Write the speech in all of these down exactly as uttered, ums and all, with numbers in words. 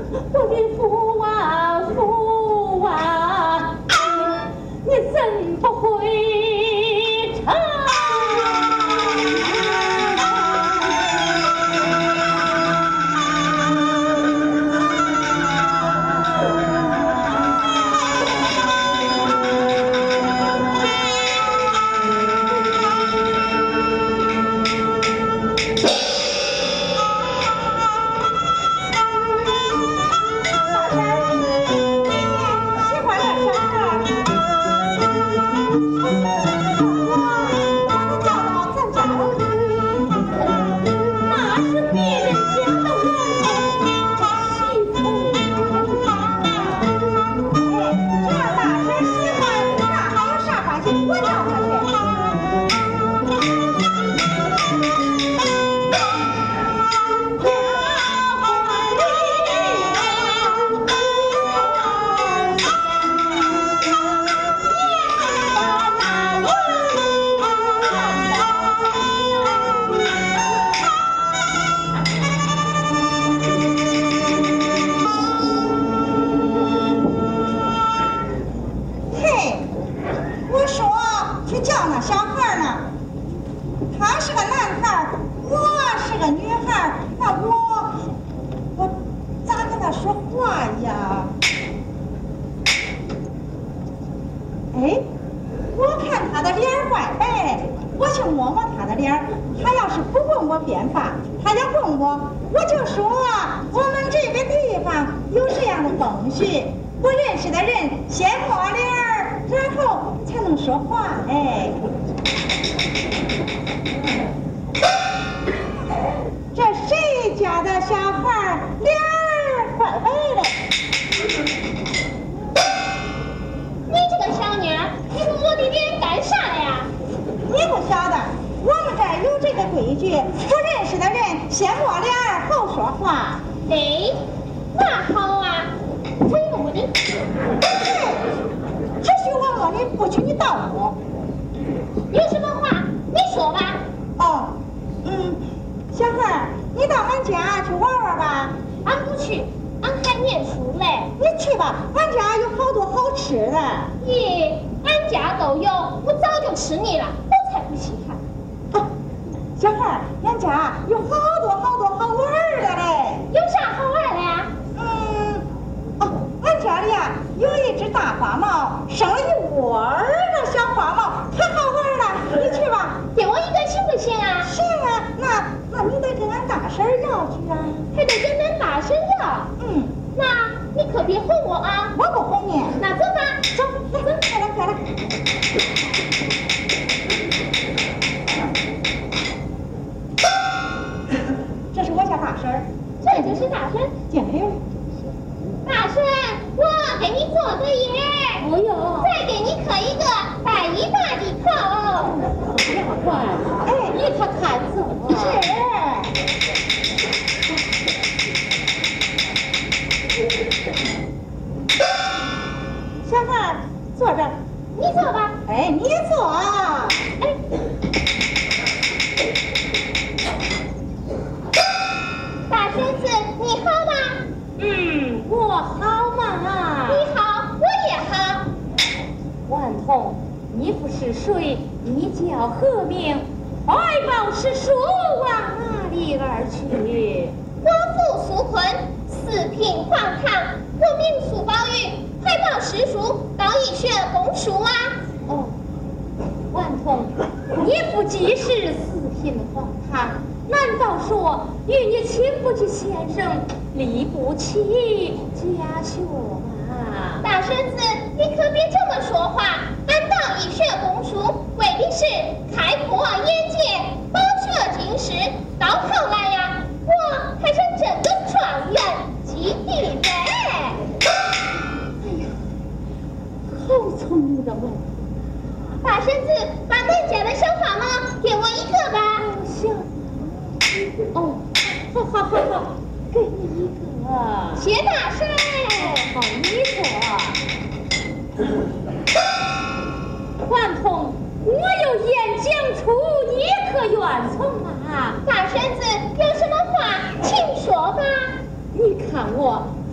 我的父啊父啊，你怎不回城？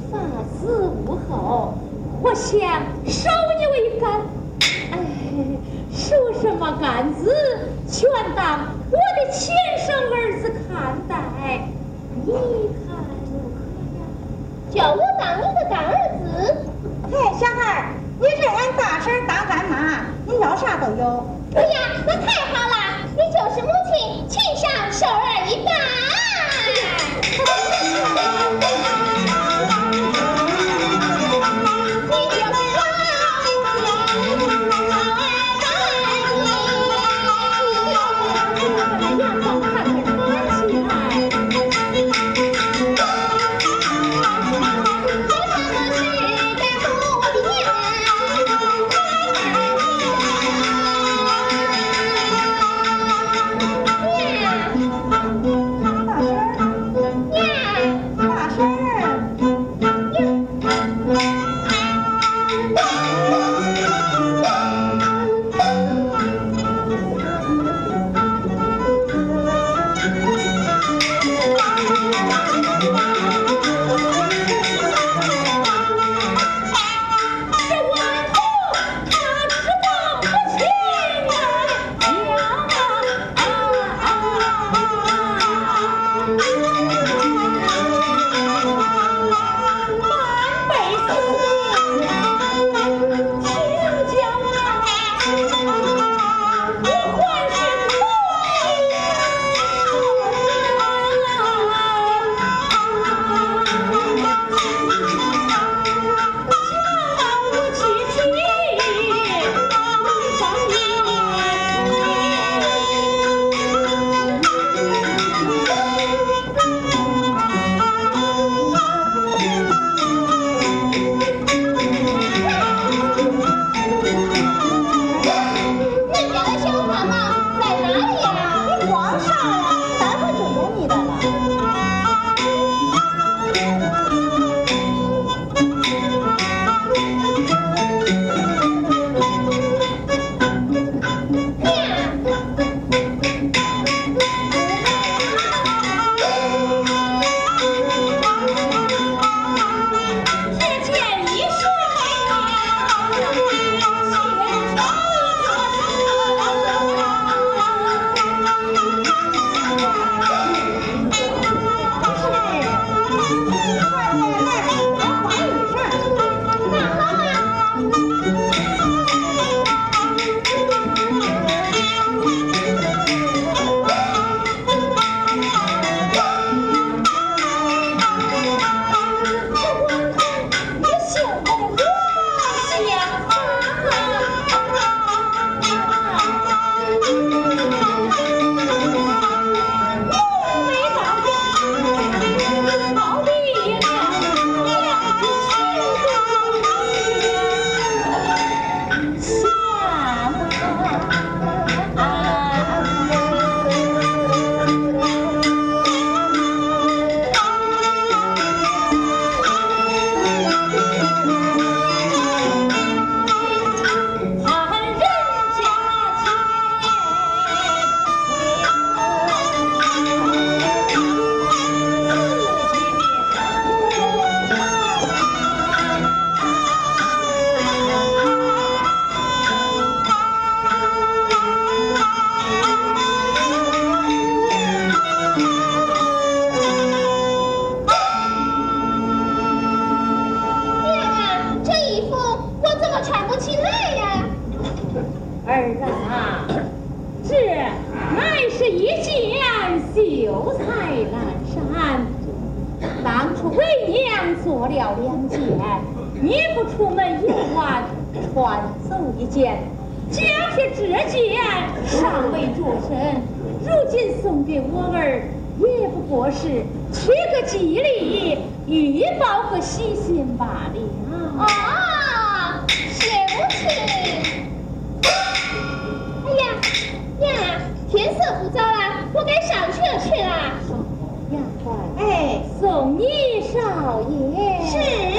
发死无后，我想收你为干。哎，说什么干子，全当我的亲生儿子看待。你看如何呀？ 叫我当你的干儿子？ 嘿，小孩，你认俺大婶当干妈，你要啥都有。 哎呀，那太好了，你就是母亲亲上手儿一半。 做了两件，你不出门游玩，传走一件。假是这件尚未着身，如今送给我儿，也不过是贴个吉利，预报个喜信罢了。 啊，谢母亲。哎呀呀，天色不早了，我该上学去了。 丫鬟， 哎， 送你少爷。 是。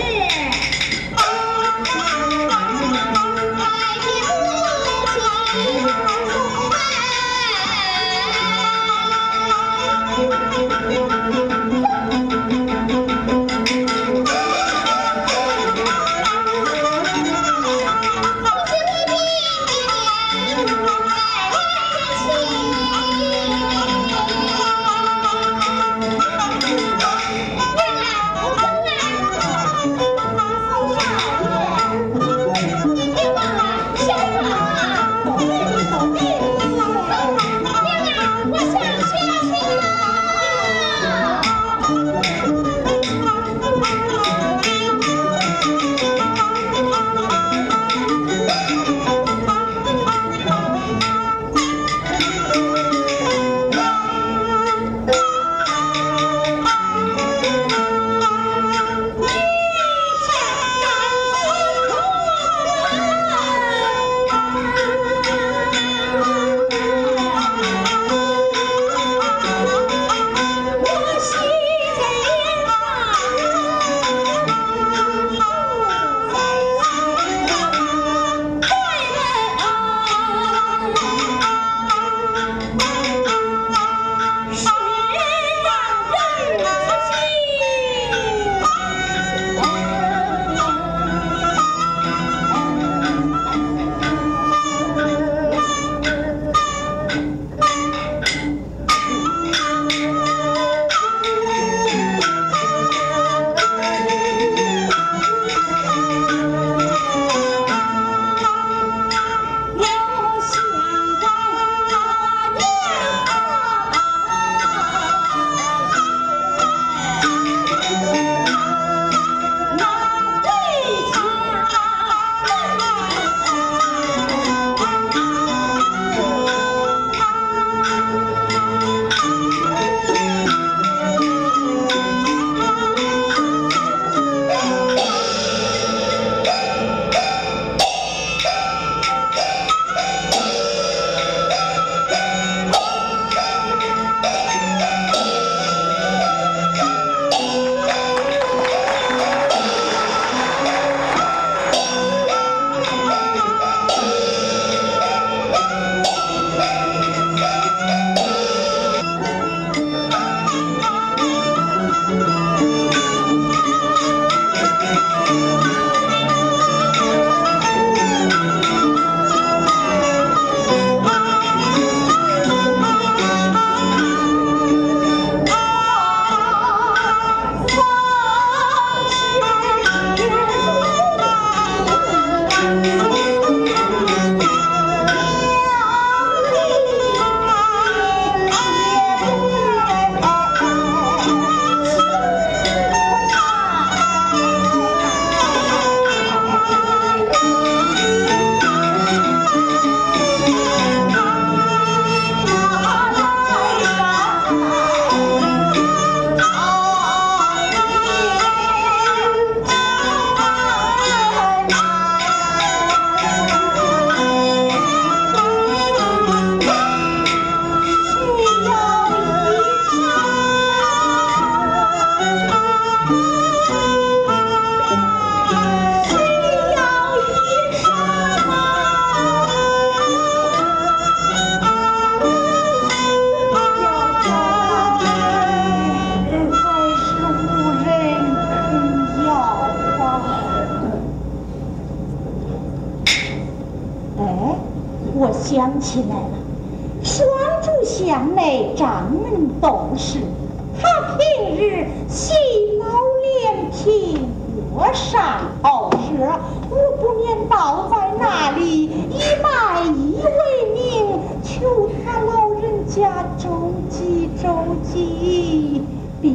想起来了，双柱巷内张门董事，他平日喜老廉贫，卧上好食，我不免倒在那里，以卖艺为名，求他老人家周济周济，别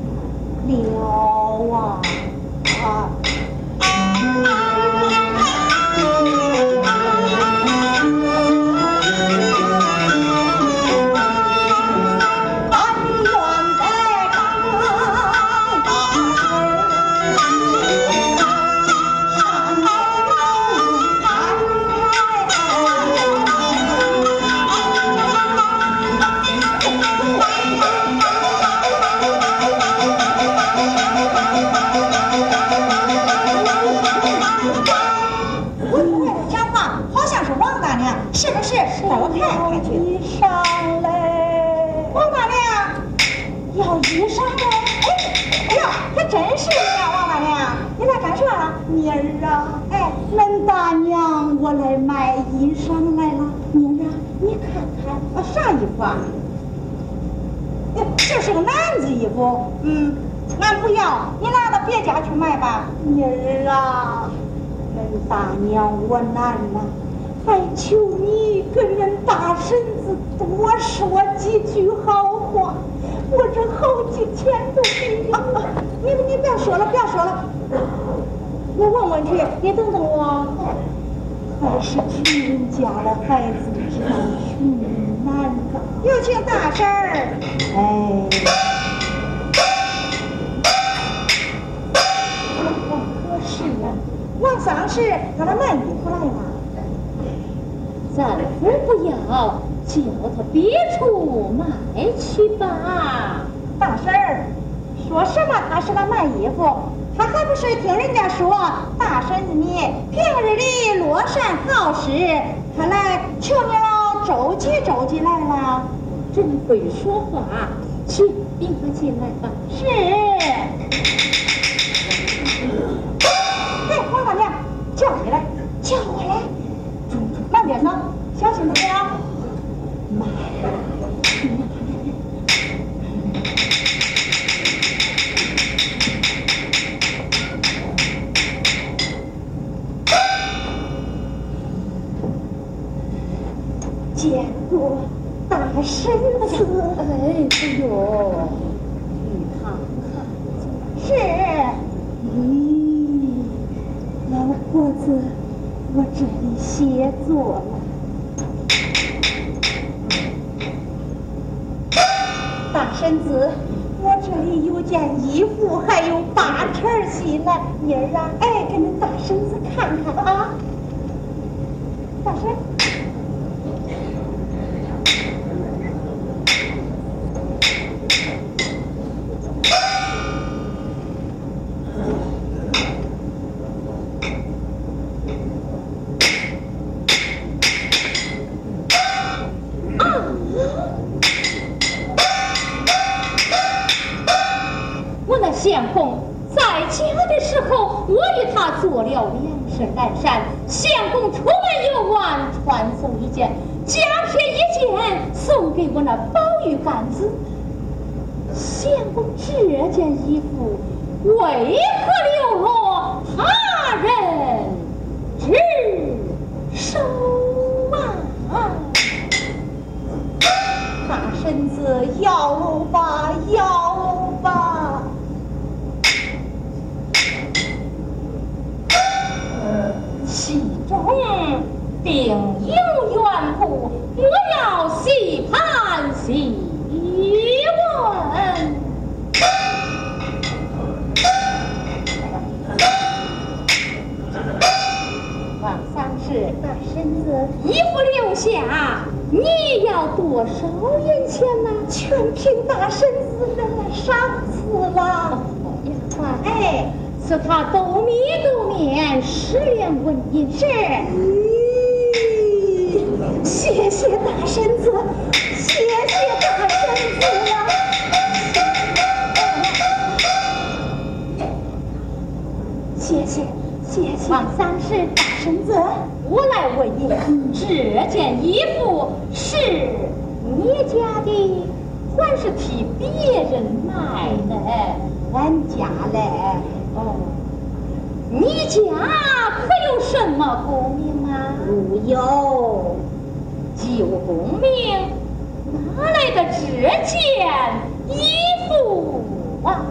了啊！啊这是个男子衣服，嗯，俺不要，你拿到别家去卖吧。妮儿啊，恁大娘我难了，还求你跟人大婶子多说几句好话，我这好几天都没有。啊、你你不要说了，不要说了，我问问去，你等等我。还是穷人家的孩子知道穷难的。有请大婶儿。哎，可是啊，王丧事让他卖衣服来了。 咱夫不要，叫他别处卖去吧。 大婶儿，说什么他是来卖衣服？他还不是听人家说，大婶子你平日里乐善好施，他来求你老周济周济来了。 真会说话，去领他进来吧。 是。哎，王大娘，叫你来，叫我来。慢点走，小心点啊。慢。见过大婶子， 哎，哎呦，你看看， 是，咦，老婆子，我这里歇坐了。大婶子，我这里有件衣服，还有八成新呢，妮儿啊，哎，给恁大婶子看看啊，大婶。 相公在家的时候，我与他做了两身单衫。相公出门游玩，传送一件，加添一件送给我那宝玉干子。相公这件衣服为何流落他人之手啊？ 大婶子要喽吧，要喽吧。 其中定有缘故，我要细盘细问。王丧事，大婶子，衣服留下，你要多少银钱呢？ 全凭大婶子的赏赐了。 哦，哎。说他斗米斗面十两纹银是， 咦，谢谢大婶子，谢谢大婶子了。谢谢谢谢。 王丧事大婶子， 我来问你，这件衣服是你家的，还是替别人买的？ 俺家嘞。 哦，你家可有什么功名吗？ 无有。 既无功名，哪来的这件衣服啊？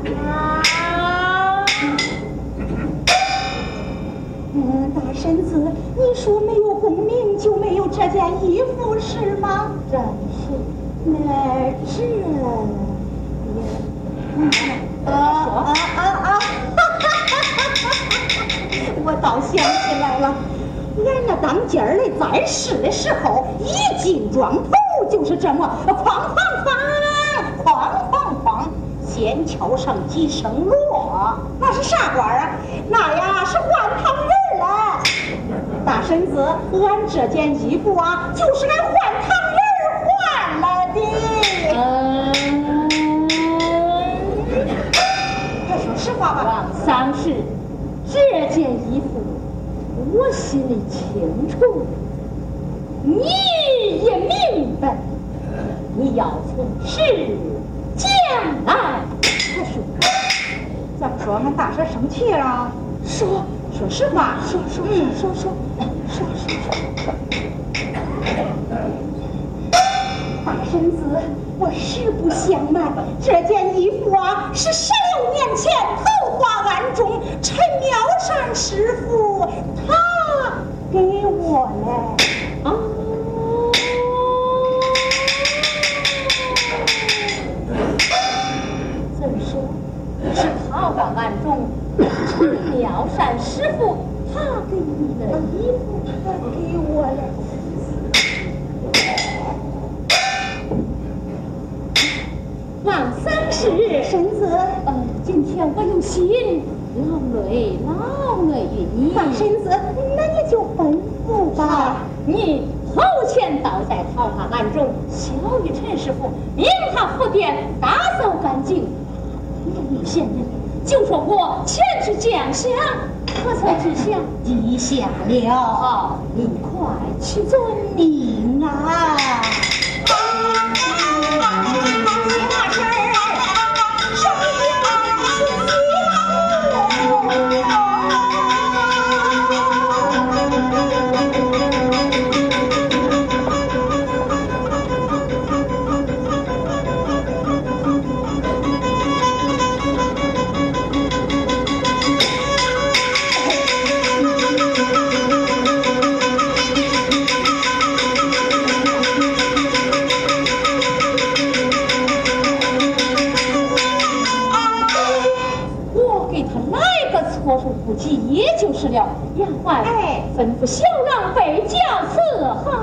嗯，大婶子，你说没有功名就没有这件衣服是吗？ 真是， 那这也，啊啊啊啊！我倒想起来了，俺那当家儿的在世的时候，一进庄头就是这么哐哐哐，哐哐哐，先敲上几声锣，那是啥官啊？那呀是换汤人了。大婶子，俺这件衣服啊，就是俺换汤人换了的。 嗯， 快说实话吧。 王丧事，这件衣服我心里清楚，你也明白，你要从实将来。 快说，怎么说？俺大婶生气了？说，说实话。说说嗯说说说说说。大婶子，我实不相瞒，这件衣服啊，是十六年前桃花庵中陈妙善师傅他给我嘞。 啊，怎说？是桃花庵中陈妙善师傅他给你的衣服， 他给我嘞。 王丧事， 婶子， 呃，今天我有心劳累劳累于你。 大婶子，那你就吩咐吧。 你头前倒在桃花庵中，小玉陈师傅命他佛殿打扫干净。有闲人就说我前去将相，可才知晓地下了。你快去遵命啊！不急也就是了。丫鬟， 哎， 吩咐小郎备轿伺候。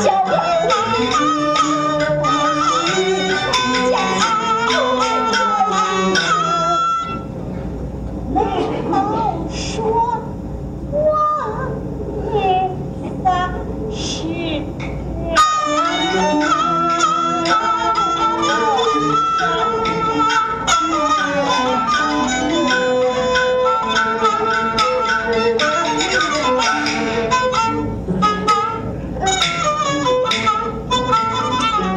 啊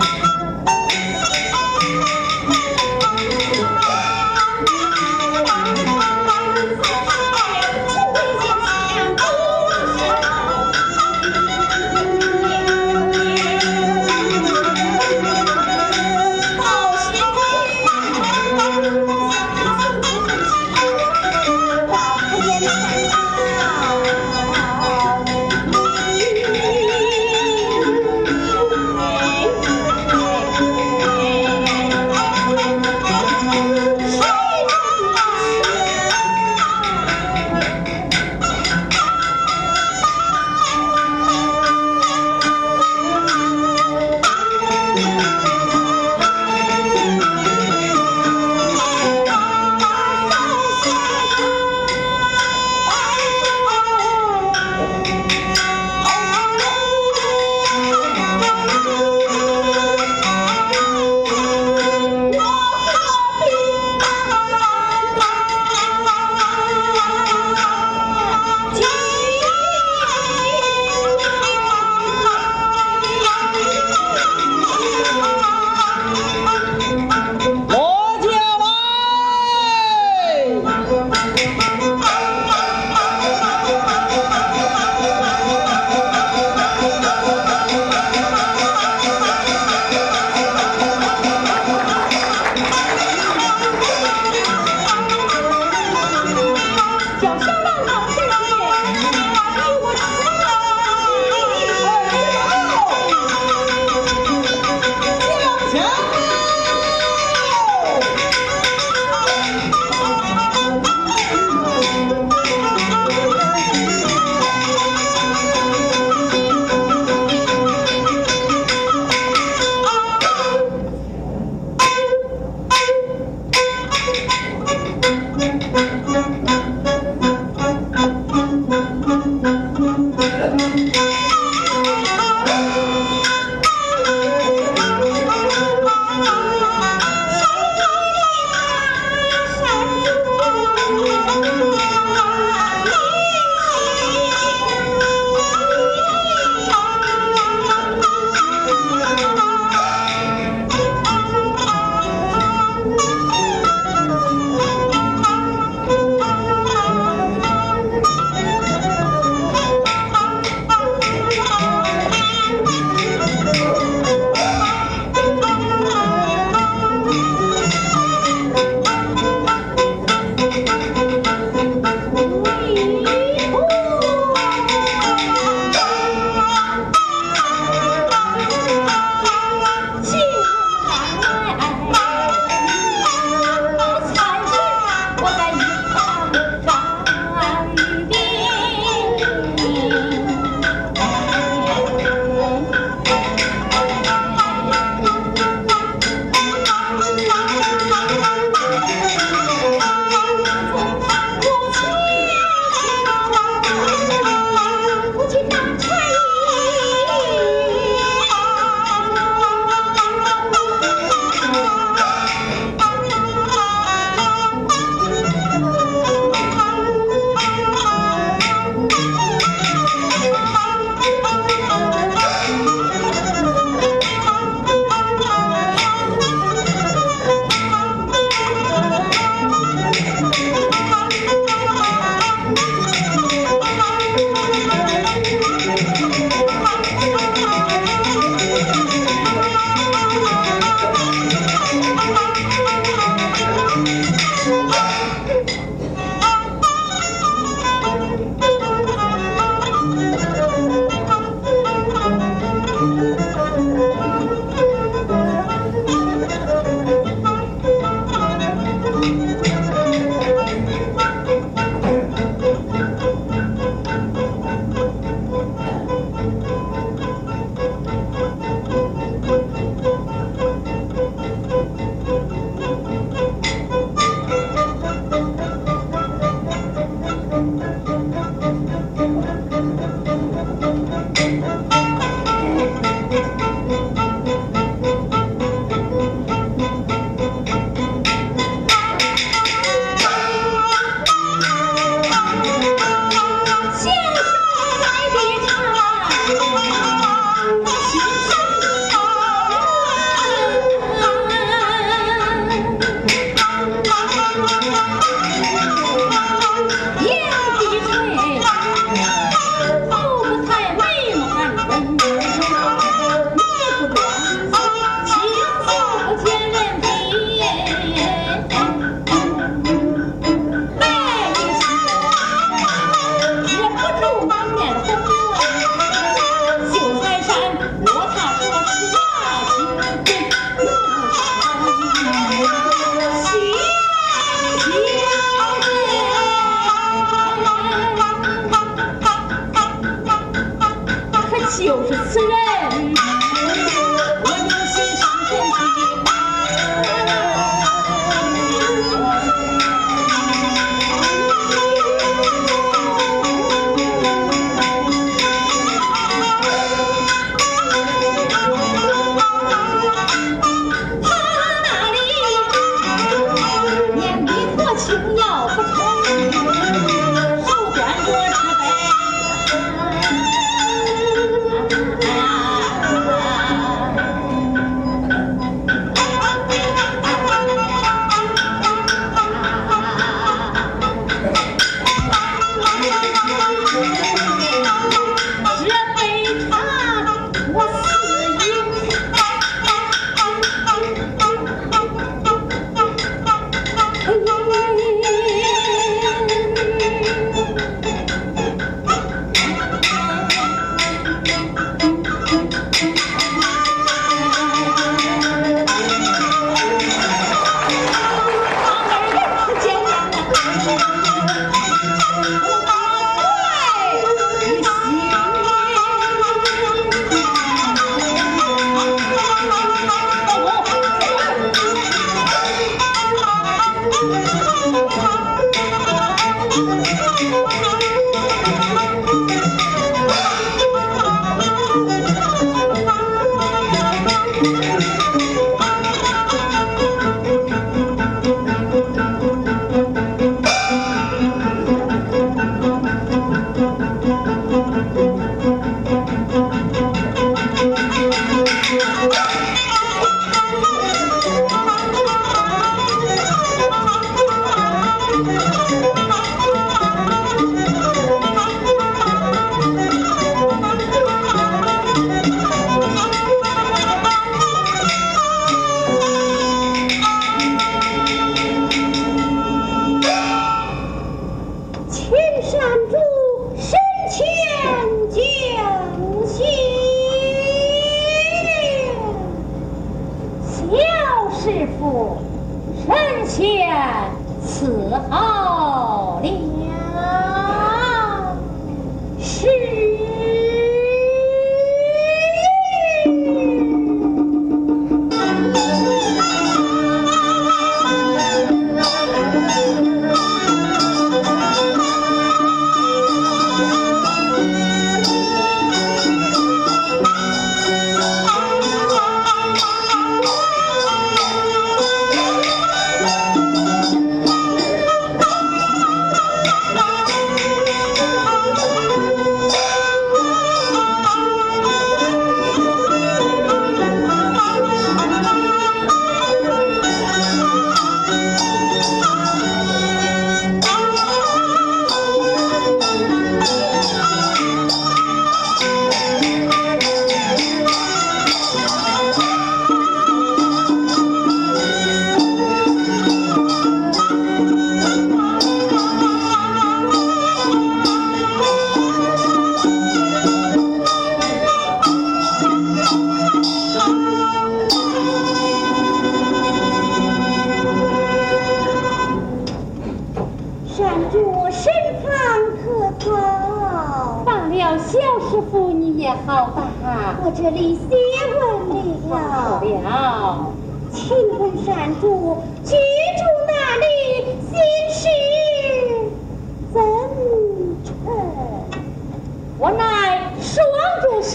好吧， 我这里写文了。 了， 请问山主居住哪里？姓氏怎称？ 我乃双主姓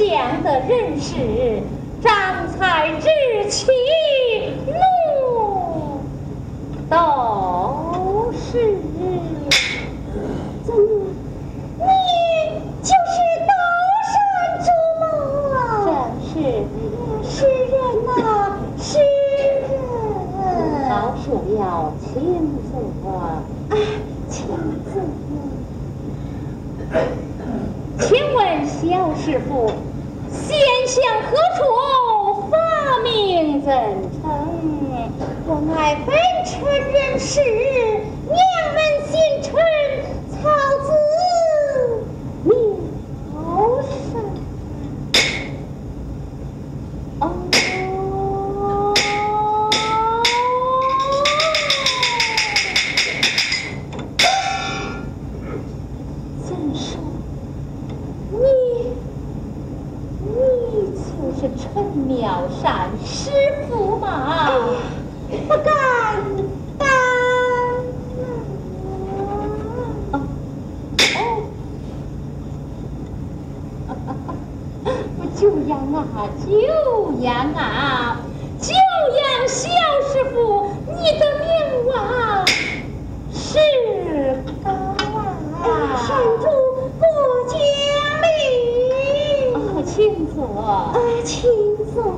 讲的人事，张才之气怒都是。 怎么，你就是刀山主谋啊？ 正是。 是人呐，是人。 老鼠要请坐。 啊，请坐。 请问萧师傅，先向何处发明怎称？ 我乃本城人士，娘门新臣曹子苗山。 哦，怎说？你，你就是陈妙善师傅吗？ 不敢当。 哦，就样啊，就样啊，就样萧师傅，你的名望是高啊！ 山主过奖礼。 哦，请坐。 啊，请坐。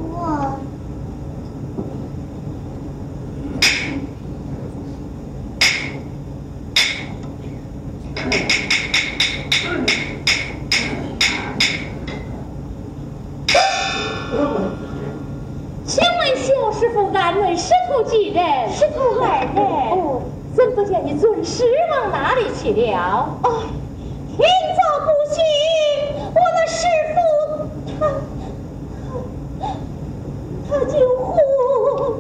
请问萧师傅，安内师徒几人？ 师徒二人。 哦，怎不见你尊师往哪里去了？ 哦，天早不行，我那师傅他他他就活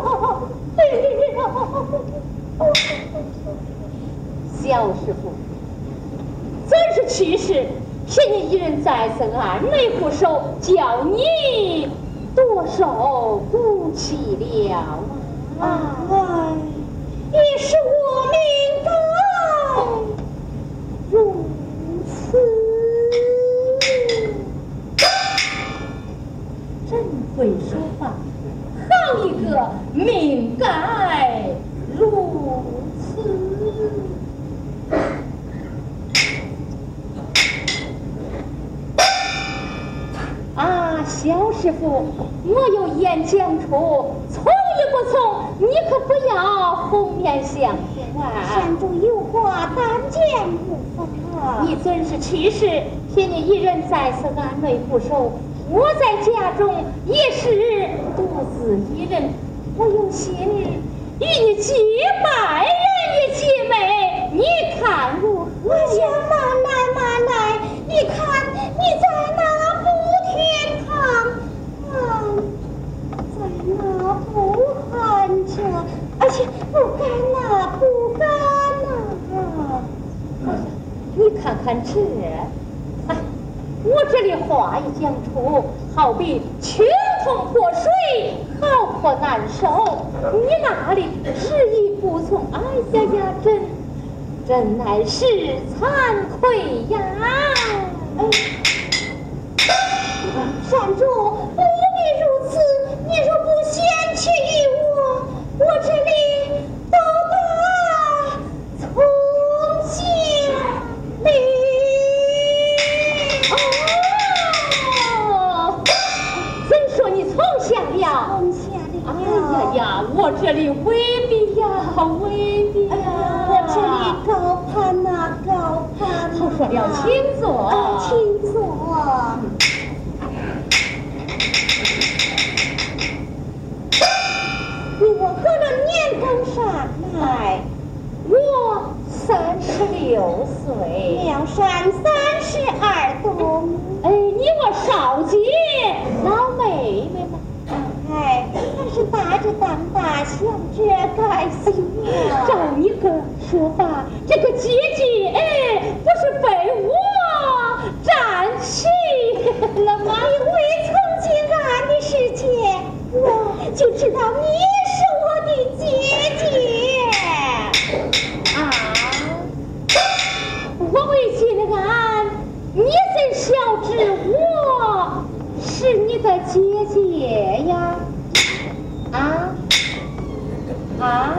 了。 萧师傅，怎是其事？是你一人在身安内护守，叫你剁手不起了啊！ 哎，也是我命该如此。 真会说话，好一个命该如此。啊，萧师傅，我有言讲出，从与不从，你可不要红面相觑啊！ 山主有话但见不发。 你尊是其事，凭你一人在此安内不守，我在家中也是独自一人，我有心与你结拜人于姐妹，你看如何？ 我想慢来慢来，你看你在哪步天堂？啊，在哪步寒者？而且不敢呐，不敢呐！ 你看看这，哎，我这里话一讲出，好比穷通破水，好破难受。你那里执意不从，哎呀呀，真真乃是惭愧呀！ 哎，山主不必如此，你若不嫌弃我，我这里都把从下礼。 哦，怎说你从下了？ 从下礼哎呀呀，我这里未必呀，未必呀， 我这里高攀呐，高攀。 好说了，请坐。 啊，请坐。你我何人年更上来？ 我三十六岁。 苗山三十二冬。 哎，你我少姐老妹妹嘛。 哎，还是大着当大，小着该行啊。 照你个说法，这个姐姐哎，不是被我占去了吗？ 你未曾经俺的世界，我就知道你是我的姐姐啊！我未进俺，你怎晓知我姐呀？啊啊！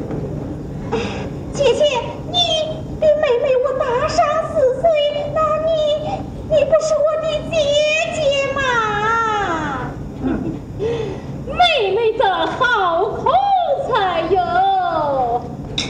姐姐，你比妹妹我大上四岁，那你你不是我的姐姐吗？ 妹妹的好口才哟！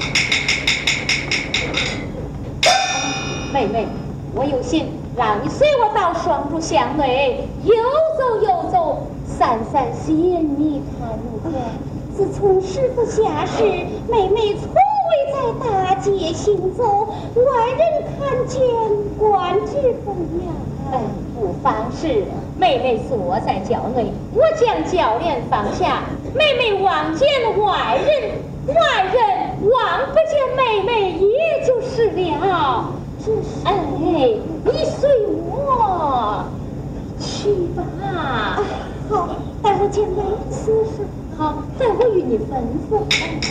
妹妹，我有心让你随我到双竹巷内游走游走，散散心，你看如何？ 自从师傅下世，妹妹从未在大街行走，外人看见官职风扬。 哎，不妨事，妹妹坐在轿内，我将轿帘放下，妹妹望见外人，外人望不见妹妹，也就是了。 这是哎，你随我去吧。 啊，好，待我见妹私事。 好，待我与你吩咐。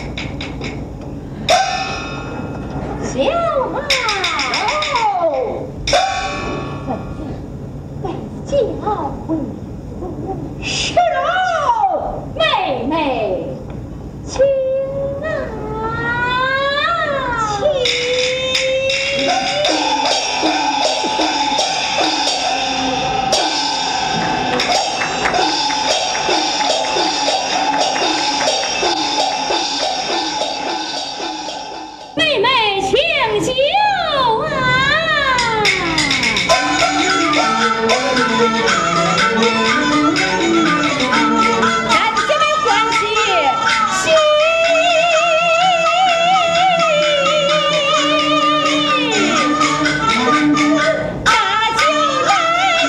小马，吩咐，被叫回府。是喽，妹妹，请啊，请。妹妹，请酒啊！咱姐妹欢喜喜，大酒来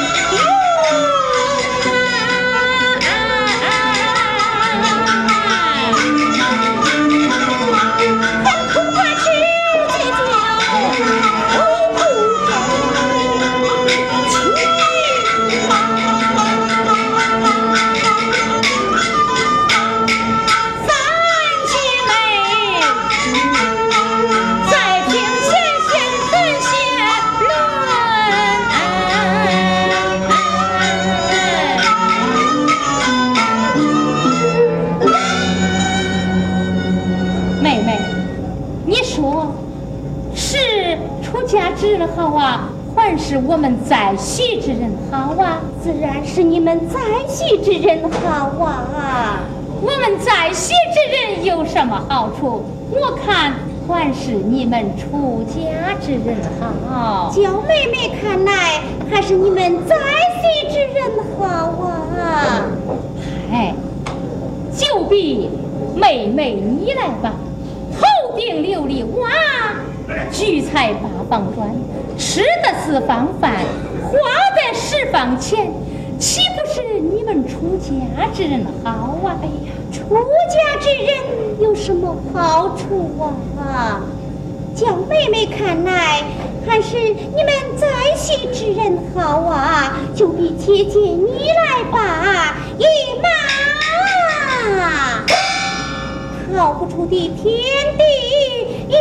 好啊，还是我们在席之人好啊？ 自然是你们在席之人好啊！ 我们在席之人有什么好处？我看还是你们出家之人好。 叫妹妹看来，还是你们在席之人好啊！ 哎，就比妹妹你来吧，头顶琉璃瓦，聚财八方砖，吃的四方饭，花的十方钱，岂不是你们出家之人好啊？ 哎呀，出家之人有什么好处啊？叫妹妹看来，还是你们在席之人好啊！就比姐姐你来吧，一马逃不出的天地一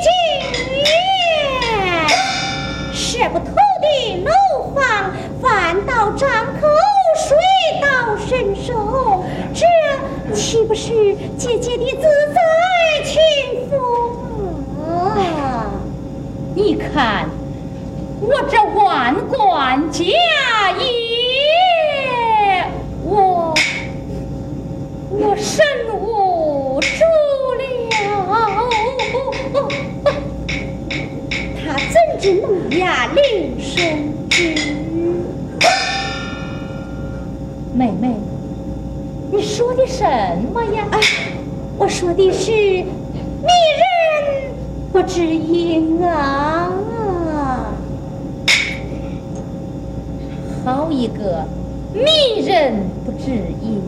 境，射不透的楼房，反倒张口水到伸手，这岂不是姐姐的自在幸福啊？ 你看我这万贯家业，我我身无主了。 他怎知能呀领受之？ 妹妹，你说的什么呀？ 哎，我说的是迷人不知音啊！ 好一个迷人不知音！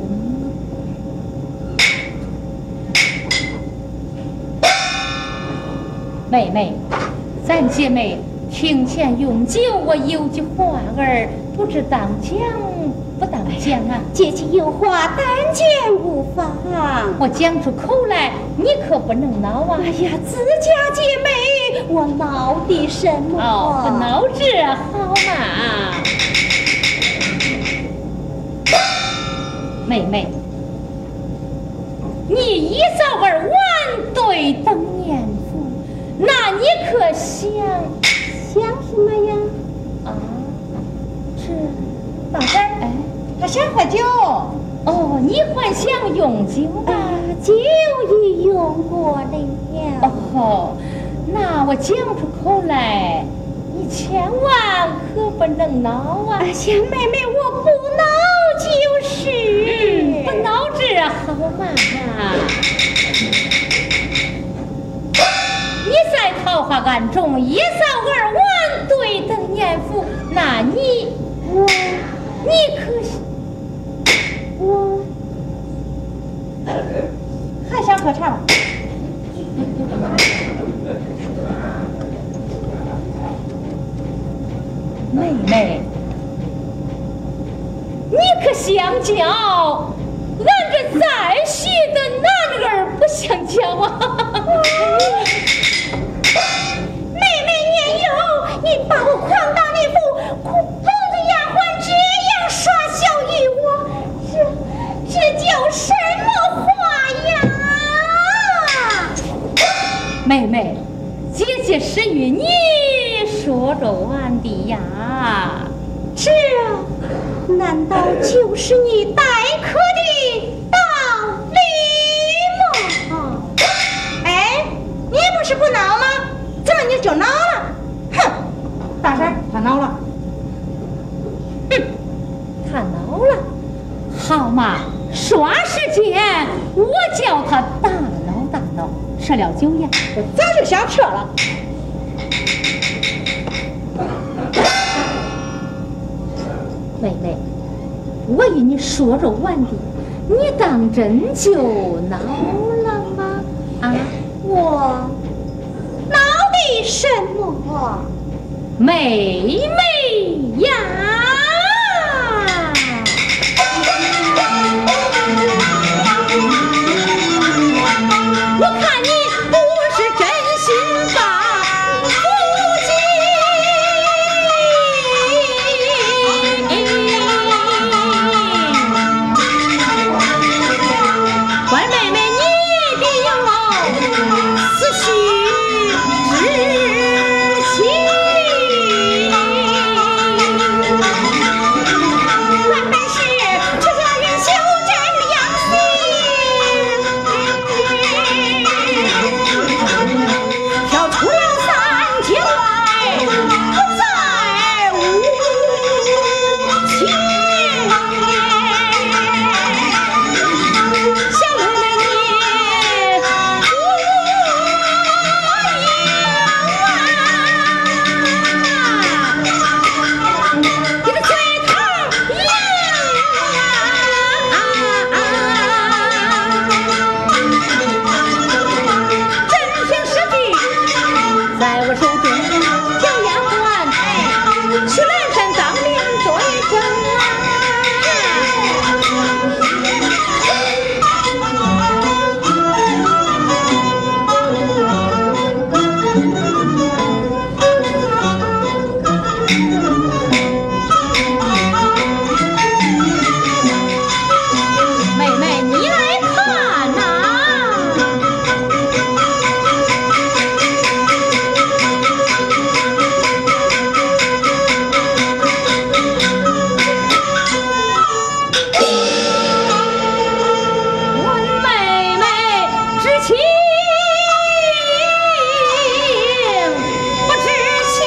妹妹，咱姐妹庭前用酒，我有句话儿，不知当讲不当讲啊？ 姐姐有话但讲无妨， 我讲出口来，你可不能恼啊！ 哎呀，自家姐妹，我恼的什么？ 哦，不恼这好嘛？ 妹妹，你一早儿晚对等年父，那你可想想什么呀？ 啊？这老三，哎， 他想喝酒。 哦，你还想用酒吧？ 酒已用过了。 哦，那我讲出口来，你千万可不能闹啊！ 小妹妹，我不闹就是。 嗯，不闹这好嘛。你在桃花庵中一早二晚对等年父，那你我你可是我还想喝茶吗？ 妹妹，你可想叫俺这再许的男儿不想叫啊？ 妹妹也有，你把我诓到那副苦疯的丫鬟这样耍笑于我，这这叫什么话呀？ 妹妹，姐姐是与你说着玩的呀。 这难道就是你待客的道理吗？ 哎，你不是不闹吗？怎么你就闹了？哼！大婶，他闹了。 哼，他恼了。好嘛，耍时间我叫他大闹大闹，撤了酒宴， 我早就想撤了。 妹妹，我与你说着玩的，你当真就恼了吗？啊， 我闹的什么？ 妹妹呀！我看你不是真心把夫妻。乖妹妹，你的有思绪之情。 原本是这家人修真养性，跳出了三界外，不再无情。小妹妹你你的嘴头硬啊！真凭实据，在我手中，叫丫鬟去南山当兵对证妹妹，你来看呐、问妹妹知情不知情？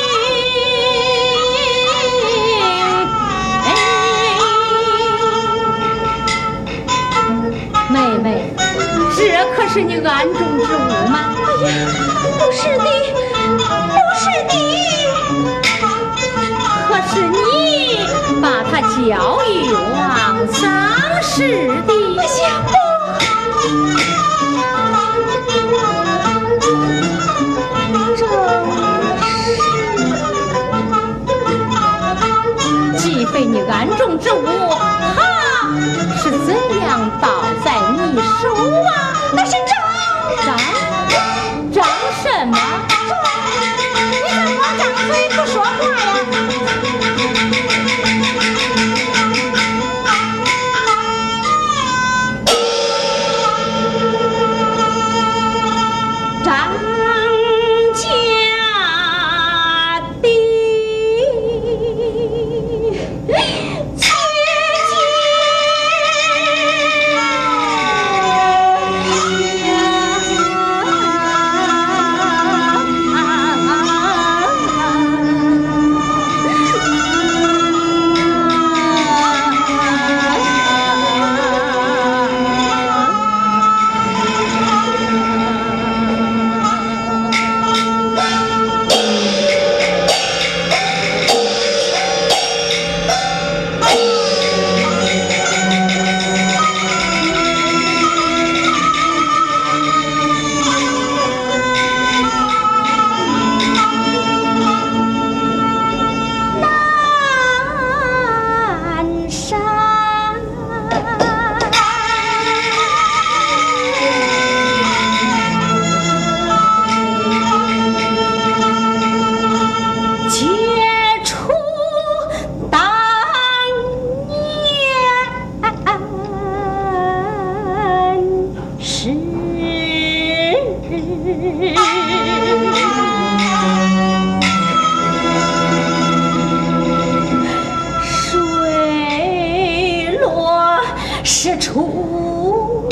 妹妹，这可是你暗中之物吗？不是的，不是的。可是你把他教育往丧事的。想不。既非你暗中之物，他是怎样倒在你手啊？那是账，账，账什么？你怎么张嘴不说话呀？ 是出。